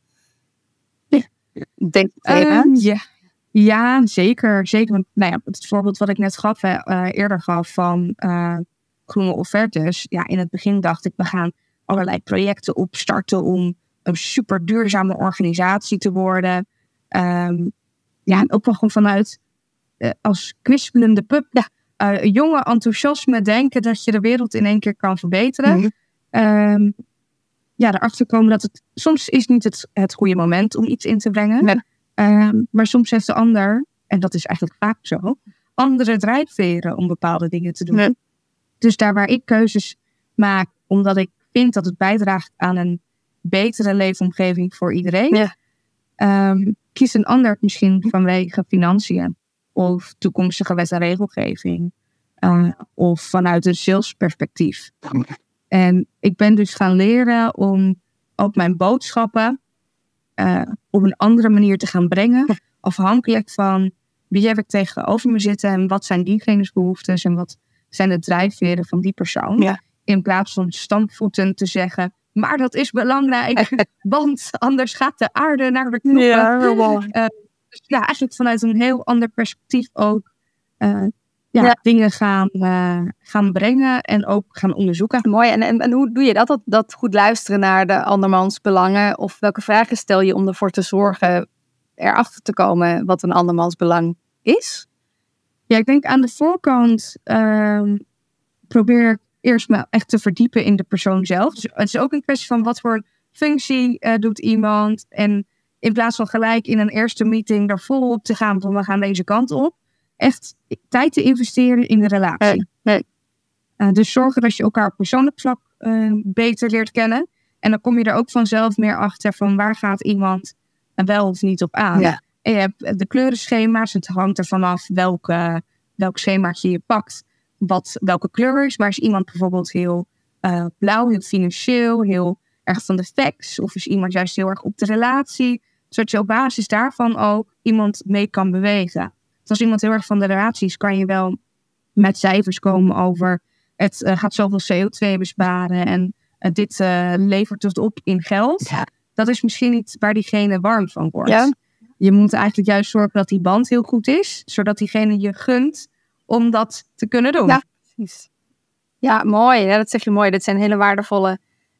Ja. Denk even. Um, ja. ja, zeker. zeker. Want, nou ja, het voorbeeld wat ik net gaf, uh, eerder gaf van uh, groene offertes. Ja, in het begin dacht ik, we gaan allerlei projecten opstarten om een super duurzame organisatie te worden. Um, ja, en ook wel gewoon vanuit uh, als kwispelende pup. Ja, uh, jonge enthousiasme denken dat je de wereld in één keer kan verbeteren. Mm-hmm. Um, ja, erachter komen dat het soms is niet het, het goede moment om iets in te brengen. Nee. Um, maar soms heeft de ander, en dat is eigenlijk vaak zo, andere drijfveren om bepaalde dingen te doen. Nee. Dus daar waar ik keuzes maak, omdat ik vind dat het bijdraagt aan een betere leefomgeving voor iedereen. Ja. Um, kies een ander misschien vanwege financiën of toekomstige wet en regelgeving uh, of vanuit een salesperspectief. En ik ben dus gaan leren om ook mijn boodschappen uh, op een andere manier te gaan brengen, afhankelijk van wie heb ik tegenover me zitten en wat zijn diegene's behoeftes en wat zijn de drijfveren van die persoon. Ja. In plaats van stampvoeten te zeggen, maar dat is belangrijk, want anders gaat de aarde naar de knoppen. Ja, uh, dus ja, eigenlijk vanuit een heel ander perspectief ook uh, ja, ja. dingen gaan, uh, gaan brengen en ook gaan onderzoeken. Mooi, en, en, en hoe doe je dat? dat? Dat goed luisteren naar de andermans belangen? Of welke vragen stel je om ervoor te zorgen erachter te komen wat een andermans belang is? Ja, ik denk aan de voorkant uh, probeer ik eerst me echt te verdiepen in de persoon zelf. Dus het is ook een kwestie van wat voor functie uh, doet iemand. En in plaats van gelijk in een eerste meeting er volop te gaan van we gaan deze kant op. Echt tijd te investeren in de relatie. Nee, nee. Uh, dus zorgen dat je elkaar op persoonlijk vlak uh, beter leert kennen. En dan kom je er ook vanzelf meer achter van waar gaat iemand wel of niet op aan. Ja. En je hebt de kleurenschema's. Het hangt er vanaf welke, welk schemaatje je pakt. Wat, welke kleur is. Maar is iemand bijvoorbeeld heel uh, blauw, heel financieel, heel erg van de facts? Of is iemand juist heel erg op de relatie? Zodat je op basis daarvan ook iemand mee kan bewegen. Dus als iemand heel erg van de relaties, kan je wel met cijfers komen over het uh, gaat zoveel C O twee besparen en uh, dit uh, levert het op in geld. Ja. Dat is misschien niet waar diegene warm van wordt. Ja. Je moet eigenlijk juist zorgen dat die band heel goed is, zodat diegene je gunt om dat te kunnen doen. Ja, precies. Ja, mooi. Ja, dat zeg je mooi. Dat zijn hele waardevolle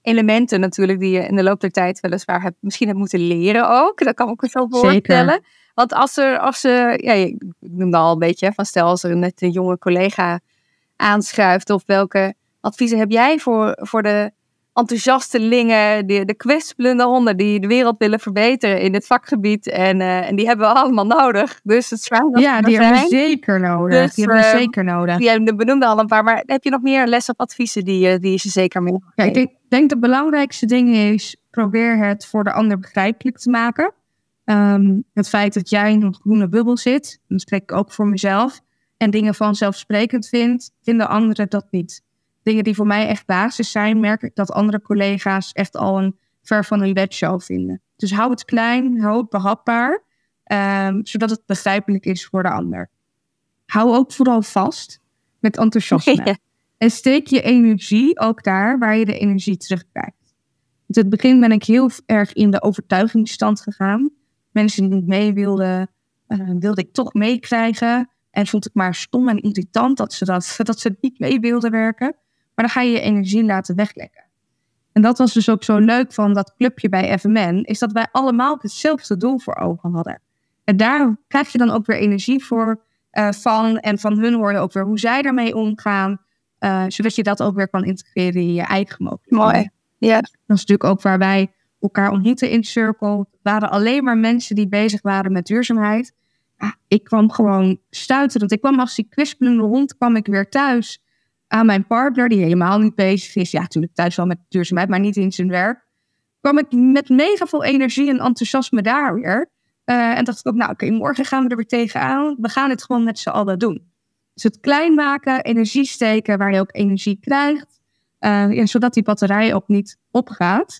elementen natuurlijk die je in de loop der tijd weliswaar hebt, misschien hebt moeten leren ook. Dat kan ik me zo voorstellen. Zeker. Want als er, als er ja, ik noemde al een beetje, van stel als er net een jonge collega aanschuift, of welke adviezen heb jij voor, voor de enthousiastelingen, de, de kwispelende honden die de wereld willen verbeteren in dit vakgebied en, uh, en die hebben we allemaal nodig. Dus het is fijn dat Ja, we die er hebben zijn. we zeker nodig. Dus, die hebben we uh, zeker nodig. Jij benoemde al een paar, maar heb je nog meer lessen of adviezen die je, die je ze zeker mee Ja, ik denk, denk de belangrijkste ding is, probeer het voor de ander begrijpelijk te maken. Um, het feit dat jij in een groene bubbel zit, dat spreek ik ook voor mezelf, en dingen vanzelfsprekend vindt, vinden anderen dat niet. Dingen die voor mij echt basis zijn, merk ik dat andere collega's echt al een ver van hun bedshow vinden. Dus hou het klein, hou het behapbaar, um, zodat het begrijpelijk is voor de ander. Hou ook vooral vast met enthousiasme. Ja. En steek je energie ook daar waar je de energie terugkrijgt. In het begin ben ik heel erg in de overtuigingsstand gegaan. Mensen die niet mee wilden, uh, wilde ik toch meekrijgen. En vond ik maar stom en irritant dat ze, dat, dat ze niet mee wilden werken. Maar dan ga je je energie laten weglekken. En dat was dus ook zo leuk van dat clubje bij F M N, is dat wij allemaal hetzelfde doel voor ogen hadden. En daar krijg je dan ook weer energie voor uh, van. En van hun hoor je ook weer hoe zij daarmee omgaan. Uh, zodat je dat ook weer kan integreren in je eigen mogelijkheden. Mooi. Ja. Dat is natuurlijk ook waar wij elkaar ontmoeten in Circle. Het waren alleen maar mensen die bezig waren met duurzaamheid. Ja, ik kwam gewoon stuiterend. Ik kwam als die kwispelende hond kwam ik weer thuis aan mijn partner, die helemaal niet bezig is. Ja, natuurlijk thuis wel met duurzaamheid, maar niet in zijn werk. Kwam ik met mega veel energie en enthousiasme daar weer. Uh, en dacht ik ook, nou oké, okay, morgen gaan we er weer tegenaan. We gaan het gewoon met z'n allen doen. Dus het klein maken, energie steken waar je ook energie krijgt. Uh, ja, zodat die batterij ook niet opgaat.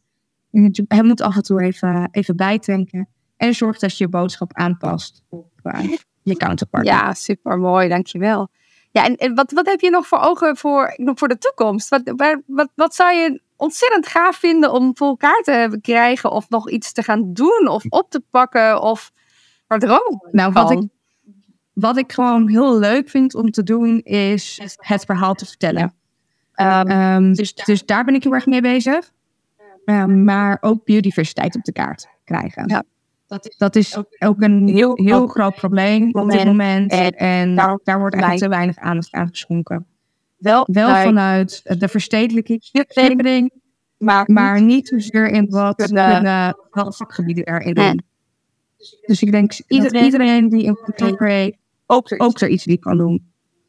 Je moet af en toe even, even bijtanken. En zorg dat je je boodschap aanpast op uh, je counterpart. Ja, super mooi, dankjewel. Ja, en, en wat, wat heb je nog voor ogen voor, voor de toekomst? Wat, waar, wat, wat zou je ontzettend gaaf vinden om voor elkaar te krijgen? Of nog iets te gaan doen of op te pakken? Of waar dromen? Nou, wat ik, wat ik gewoon heel leuk vind om te doen is het verhaal te vertellen. Ja. Um, um, dus, dus daar ben ik heel erg mee bezig. Um, maar ook biodiversiteit op de kaart krijgen. Ja. Dat is, dat is ook, ook een heel, heel groot probleem op dit moment. En, en daar, daar wordt eigenlijk te weinig aandacht aan geschonken. Wel, Wel vanuit, vanuit de verstedelijking, maar, maar niet zozeer in wat de vakgebieden erin doen. Dus, dus ik denk iedereen, dat iedereen die een kantoor heeft, ook, ook er iets die kan doen.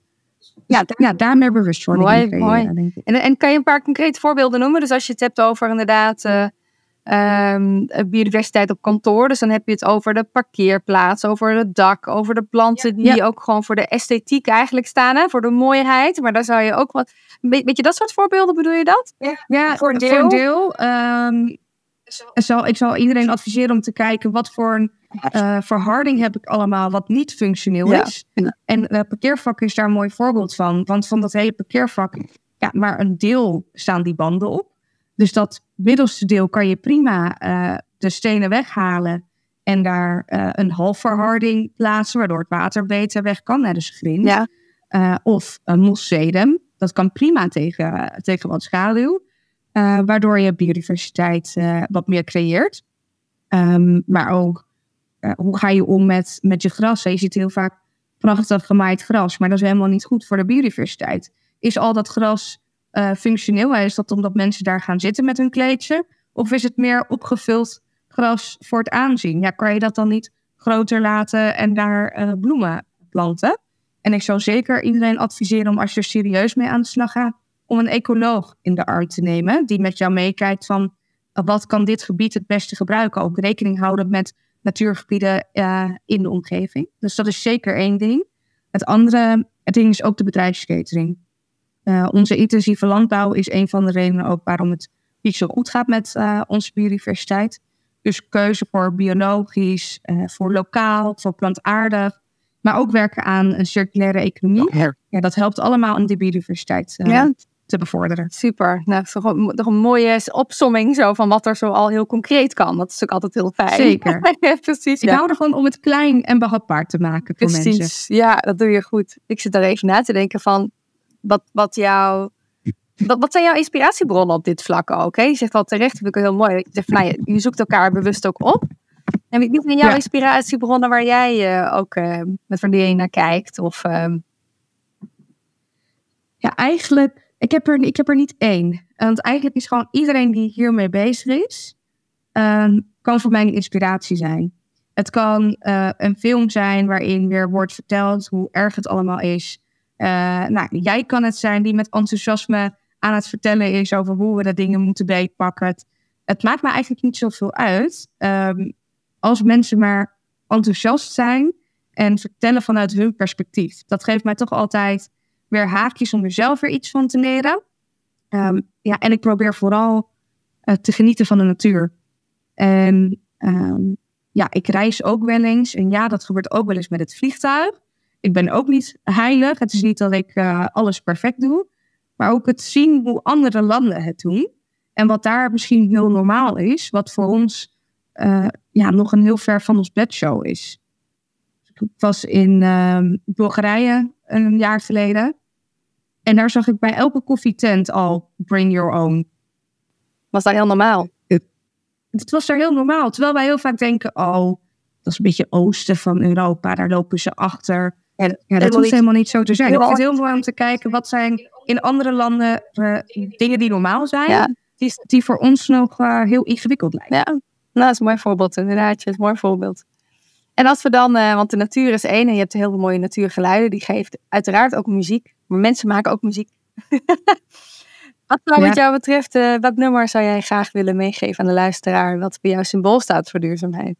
Ja, daar, ja, daar meer bewustwording mooi, in creëren, mooi. denk ik. En, en kan je een paar concrete voorbeelden noemen? Dus als je het hebt over inderdaad uh, um, biodiversiteit op kantoor. Dus dan heb je het over de parkeerplaats, over het dak, over de planten ja, die ja. ook gewoon voor de esthetiek eigenlijk staan. Hè? Voor de mooiheid. Maar daar zou je ook wat... Weet je dat soort voorbeelden, bedoel je dat? Ja, ja voor een deel. Voor een deel um, zal, ik zal iedereen adviseren om te kijken wat voor een Uh, verharding heb ik allemaal wat niet functioneel ja. is. En uh, parkeervak is daar een mooi voorbeeld van. Want van dat hele parkeervak, ja, maar een deel staan die banden op. Dus dat middelste deel kan je prima uh, de stenen weghalen en daar uh, een halfverharding plaatsen, waardoor het water beter weg kan, hè, dus grind. Ja. Uh, of een mossedum, dat kan prima tegen, uh, tegen wat schaduw. Uh, waardoor je biodiversiteit uh, wat meer creëert. Um, maar ook Uh, hoe ga je om met, met je gras? Je ziet heel vaak prachtig gemaaid gras, maar dat is helemaal niet goed voor de biodiversiteit. Is al dat gras uh, functioneel? Is dat omdat mensen daar gaan zitten met hun kleedje? Of is het meer opgevuld gras voor het aanzien? Ja, kan je dat dan niet groter laten en daar uh, bloemen planten? En ik zou zeker iedereen adviseren om, als je er serieus mee aan de slag gaat, om een ecoloog in de arm te nemen, die met jou meekijkt van uh, wat kan dit gebied het beste gebruiken? Ook rekening houden met natuurgebieden uh, in de omgeving. Dus dat is zeker één ding. Het andere het ding is ook de bedrijfskatering. Uh, onze intensieve landbouw is een van de redenen ook waarom het niet zo goed gaat met uh, onze biodiversiteit. Dus keuze voor biologisch, uh, voor lokaal, voor plantaardig. Maar ook werken aan een circulaire economie. Ja, ja dat helpt allemaal om de biodiversiteit uh, ja. te bevorderen. Super. Nou, toch een, toch een mooie opsomming zo van wat er zo al heel concreet kan. Dat is ook altijd heel fijn. Zeker. Ja, precies. Ik ja. hou ervan om het klein en behapbaar te maken voor precies. mensen. Ja, dat doe je goed. Ik zit daar even na te denken van wat, wat jouw Wat, wat zijn jouw inspiratiebronnen op dit vlak ook? Hè? Je zegt al terecht, vind ik heel mooi. Je, zegt, nou, je, je zoekt elkaar bewust ook op. En wie zijn jouw ja. inspiratiebronnen waar jij uh, ook uh, met wanneer je naar kijkt? Of, uh... Ja, eigenlijk, ik heb, er, ik heb er niet één. Want eigenlijk is gewoon iedereen die hiermee bezig is, uh, kan voor mij een inspiratie zijn. Het kan uh, een film zijn waarin weer wordt verteld hoe erg het allemaal is. Uh, nou, jij kan het zijn die met enthousiasme aan het vertellen is over hoe we de dingen moeten beetpakken. Het, het maakt me eigenlijk niet zoveel uit. Um, als mensen maar enthousiast zijn en vertellen vanuit hun perspectief. Dat geeft mij toch altijd weer haakjes om er zelf weer iets van te leren. Um, ja, en ik probeer vooral uh, te genieten van de natuur. En um, ja, ik reis ook wel eens. En ja, dat gebeurt ook wel eens met het vliegtuig. Ik ben ook niet heilig. Het is niet dat ik uh, alles perfect doe. Maar ook het zien hoe andere landen het doen. En wat daar misschien heel normaal is. Wat voor ons uh, ja, nog een heel ver van ons bedshow is. Ik was in uh, Bulgarije een jaar geleden. En daar zag ik bij elke koffietent al bring your own. Was dat heel normaal? Het, het was daar heel normaal. Terwijl wij heel vaak denken, oh, dat is een beetje oosten van Europa. Daar lopen ze achter. Ja, dat, ja, dat hoeft helemaal niet zo te zijn. Ik vind het heel mooi om te kijken, wat zijn in andere landen uh, dingen die normaal zijn. Ja. Die, die voor ons nog uh, heel ingewikkeld lijken. Ja, nou, dat is een mooi voorbeeld inderdaad. Dat is een mooi voorbeeld. En als we dan, uh, want de natuur is één en je hebt heel veel mooie natuurgeluiden. Die geeft uiteraard ook muziek. Maar mensen maken ook muziek. Wat nou ja. wat jou betreft, uh, wat nummer zou jij graag willen meegeven aan de luisteraar? Wat bij jou symbool staat voor duurzaamheid?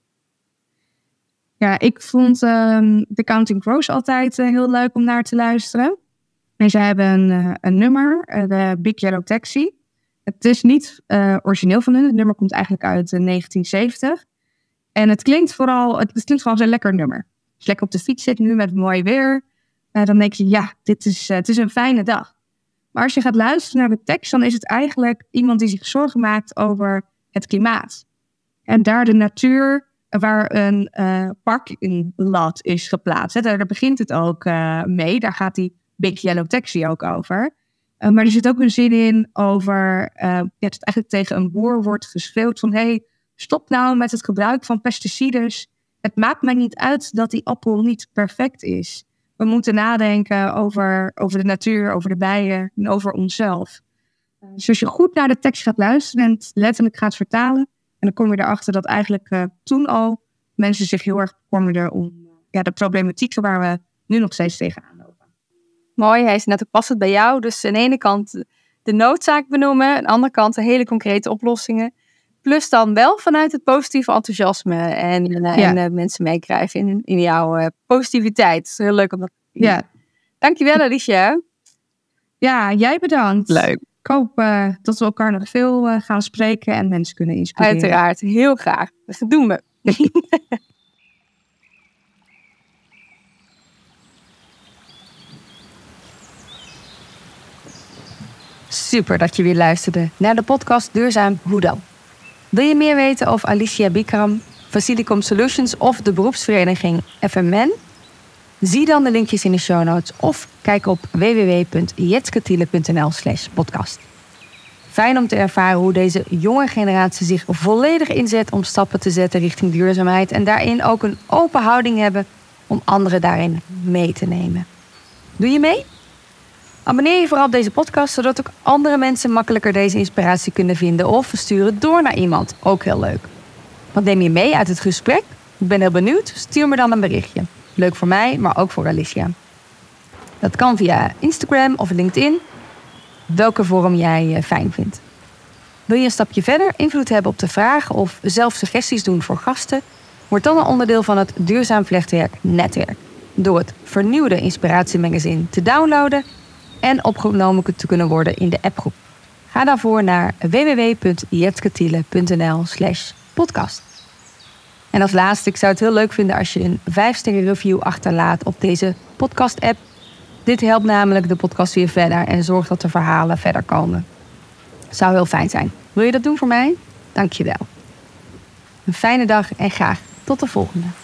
Ja, ik vond um, The Counting Crows altijd uh, heel leuk om naar te luisteren. En ze hebben een, uh, een nummer, uh, de Big Yellow Taxi. Het is niet uh, origineel van hun. Het nummer komt eigenlijk uit uh, negentien zeventig. En het klinkt vooral, het, het klinkt vooral als een lekker nummer. Als je lekker op de fiets zit nu met mooi weer, uh, dan denk je, ja, dit is, uh, het is een fijne dag. Maar als je gaat luisteren naar de tekst, dan is het eigenlijk iemand die zich zorgen maakt over het klimaat. En daar de natuur, waar een uh, park in lot is geplaatst. Hè, daar, daar begint het ook uh, mee. Daar gaat die Big Yellow Taxi ook over. Uh, maar er zit ook een zin in over, uh, ja, dat eigenlijk tegen een boer wordt geschreeuwd van, hey, stop nou met het gebruik van pesticides. Het maakt mij niet uit dat die appel niet perfect is. We moeten nadenken over, over de natuur, over de bijen en over onszelf. Dus als je goed naar de tekst gaat luisteren en het letterlijk gaat vertalen, en dan kom je erachter dat eigenlijk uh, toen al mensen zich heel erg bekommerden om uh, ja, de problematieken waar we nu nog steeds tegenaan lopen. Mooi, hij is net ook passend bij jou. Dus aan de ene kant de noodzaak benoemen, aan de andere kant de hele concrete oplossingen. Plus dan wel vanuit het positieve enthousiasme en, uh, ja. en uh, mensen meekrijgen in, in jouw uh, positiviteit. Het is heel leuk om dat te zien. Ja. Dankjewel, Alicia. Ja, jij bedankt. Leuk. Ik hoop uh, dat we elkaar nog veel uh, gaan spreken en mensen kunnen inspireren. Uiteraard, heel graag. Dus dat doen we. Super dat je weer luisterde naar de podcast Duurzaam Hoe Dan. Wil je meer weten over Alicia Bikram, Facilicom Solutions of de beroepsvereniging F M N? Zie dan de linkjes in de show notes of kijk op w w w punt jetsketiele punt n l slash podcast. Fijn om te ervaren hoe deze jonge generatie zich volledig inzet om stappen te zetten richting duurzaamheid en daarin ook een open houding hebben om anderen daarin mee te nemen. Doe je mee? Abonneer je vooral op deze podcast, zodat ook andere mensen makkelijker deze inspiratie kunnen vinden of stuur het door naar iemand. Ook heel leuk. Wat neem je mee uit het gesprek? Ik ben heel benieuwd. Stuur me dan een berichtje. Leuk voor mij, maar ook voor Alicia. Dat kan via Instagram of LinkedIn. Welke vorm jij fijn vindt. Wil je een stapje verder invloed hebben op de vragen of zelf suggesties doen voor gasten? Word dan een onderdeel van het Duurzaam Vlechtwerk netwerk. Door het vernieuwde inspiratiemagazine te downloaden en opgenomen te kunnen worden in de appgroep. Ga daarvoor naar w w w punt jetsketiele punt n l slash podcast. En als laatste, ik zou het heel leuk vinden als je een vijf sterren review achterlaat op deze podcast-app. Dit helpt namelijk de podcast weer verder en zorgt dat de verhalen verder komen. Zou heel fijn zijn. Wil je dat doen voor mij? Dank je wel. Een fijne dag en graag tot de volgende.